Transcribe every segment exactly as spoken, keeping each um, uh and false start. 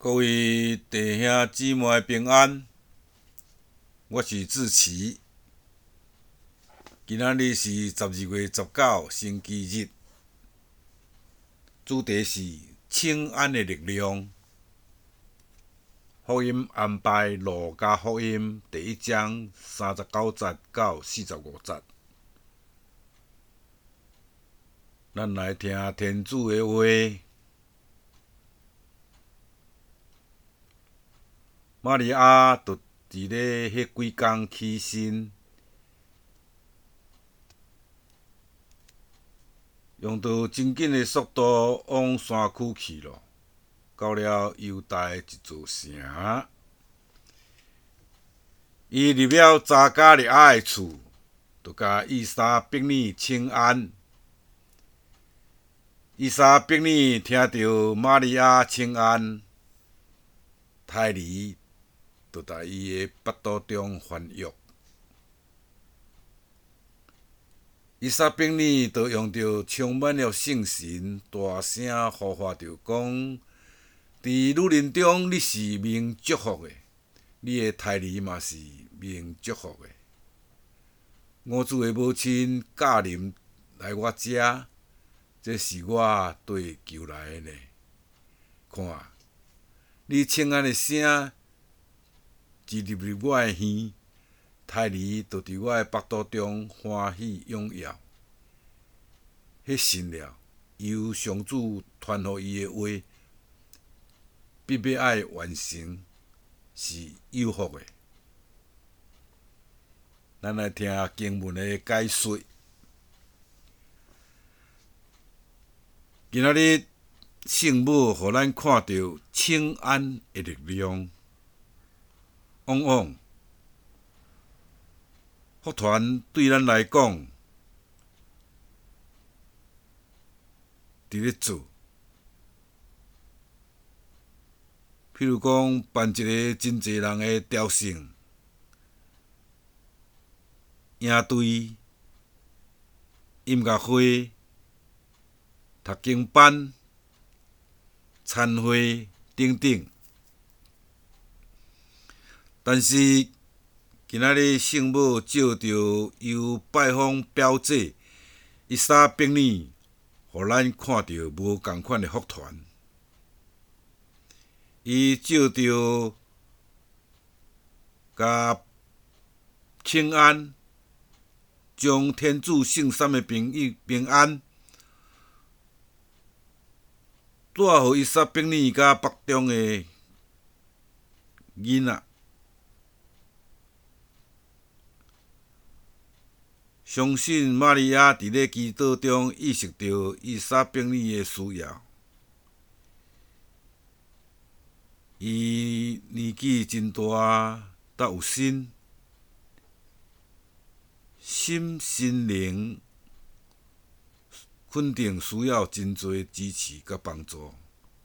各位弟兄姊妹平安，我是志奇。今仔日是十二月十九，星期日，主题是请安的力量。福音安排路加福音第一章三十九节到四十五节，咱来听天主的话。玛利亚就伫咧迄几工起身，用着真紧的速度往山区去咯。到了犹大一座城，伊入了查加利亚的厝，就甲伊莎伯尼请安。伊莎伯尼听到玛利亚请安，胎儿就在伊的腹肚中翻育。伊莎伯尼就用着充满了圣神，大声呼唤着讲：伫女人中你是蒙祝福的，你的胎儿嘛是蒙祝福的。我主的母亲驾临来我遮，这是我对求来的呢。看，你请安的声一入入我的耳，胎儿就伫我的腹肚中欢喜踊跃。迄信了，由上主传予伊的话，必要爱完成，是有福的。咱来听经文的解说。今仔日圣母互咱看到请安的力量。往往福团对咱来讲，伫咧做，譬如讲办一个真侪人的朝圣、营队、音乐会、读经班、餐会等等。但是今仔日圣母照着由拜访表姐伊莎伯尼，互咱看到无共款的福团。伊照着甲请安，将天主圣三的平平安带互伊莎伯尼甲腹中的囡仔。相信玛利亚伫咧祈祷中意识到伊莎伯尼的需要。伊年纪真大，才有心，心心灵肯定需要真侪支持甲帮助。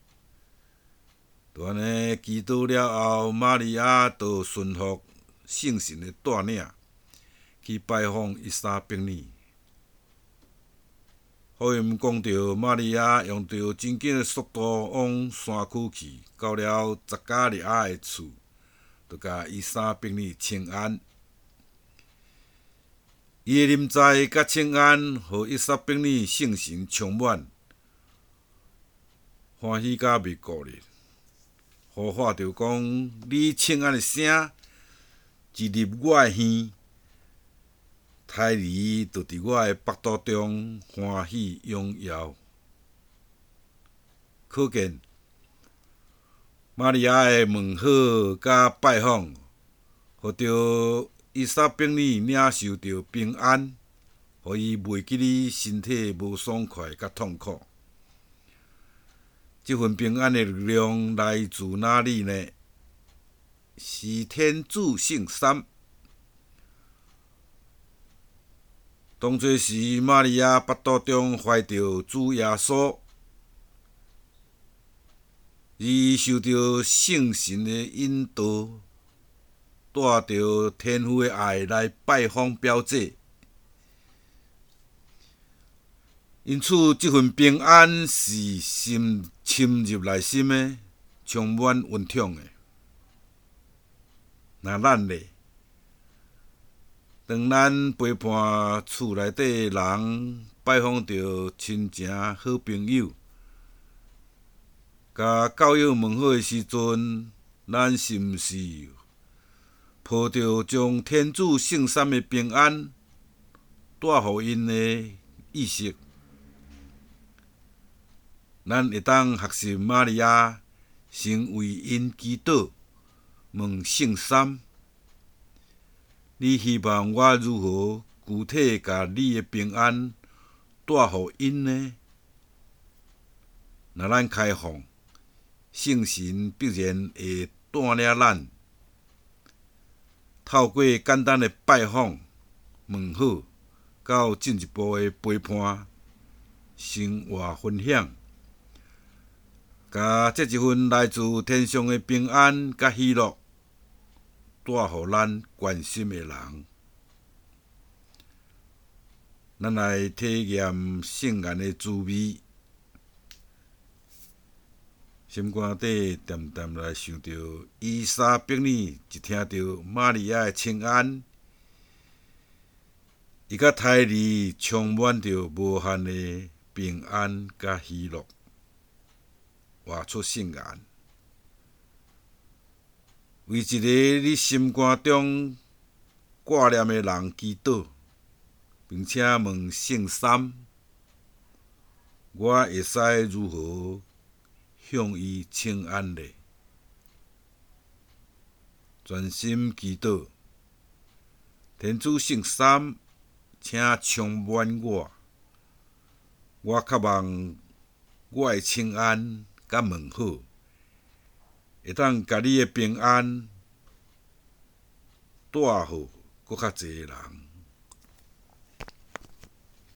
就安尼祈祷了后，玛利亚就顺服圣神的带领，去拜访伊莎伯尼。福音讲到玛利亚用着真紧的速度往山区去，到了查加利亚的厝，就甲伊莎伯尼请安。伊的临在甲请安，互伊莎伯尼圣神充满，欢喜甲未顾哩，呼喊着讲：你请安的声一入我的耳，胎儿就伫我的腹肚中欢喜踊跃。可见玛利亚的问候甲拜访，互着伊莎伯尼领受着平安，互伊袂记哩身体无爽快甲痛苦。这份平安的力量来自哪里呢？是天主圣三。当作是玛利亚腹肚中怀着主耶稣，伊受着圣神的引导，带着天父的爱来拜访表姐。因此，这份平安是心侵入内心的， 充满温痛的。若咱咧，当咱陪伴厝内底人拜访着亲情好朋友，甲教友问好的时阵，咱是毋是抱着将天主圣三的平安带互因的意识？咱会当学习玛利亚，先为因祈祷，问圣三：你希望我如何具体甲你的平安带互因呢？若咱开放，圣神必然会带领咱，透过简单的拜访、问好，到进一步的陪伴、生活分享，甲这一份来自天上的平安甲喜乐，带互咱关心的人。咱来体验圣言的滋味。心肝底淡淡来想着伊莎伯尔，一听着玛利亚的请安，伊甲胎儿充满着无限的平安甲喜乐，活出圣言，为一个你心肝中挂念的人祈祷，并且问圣三：我会使如何向伊请安咧？专心祈祷，天主圣三，请充满我。我渴望我的请安甲问好，会当甲你的平安带互搁较侪人。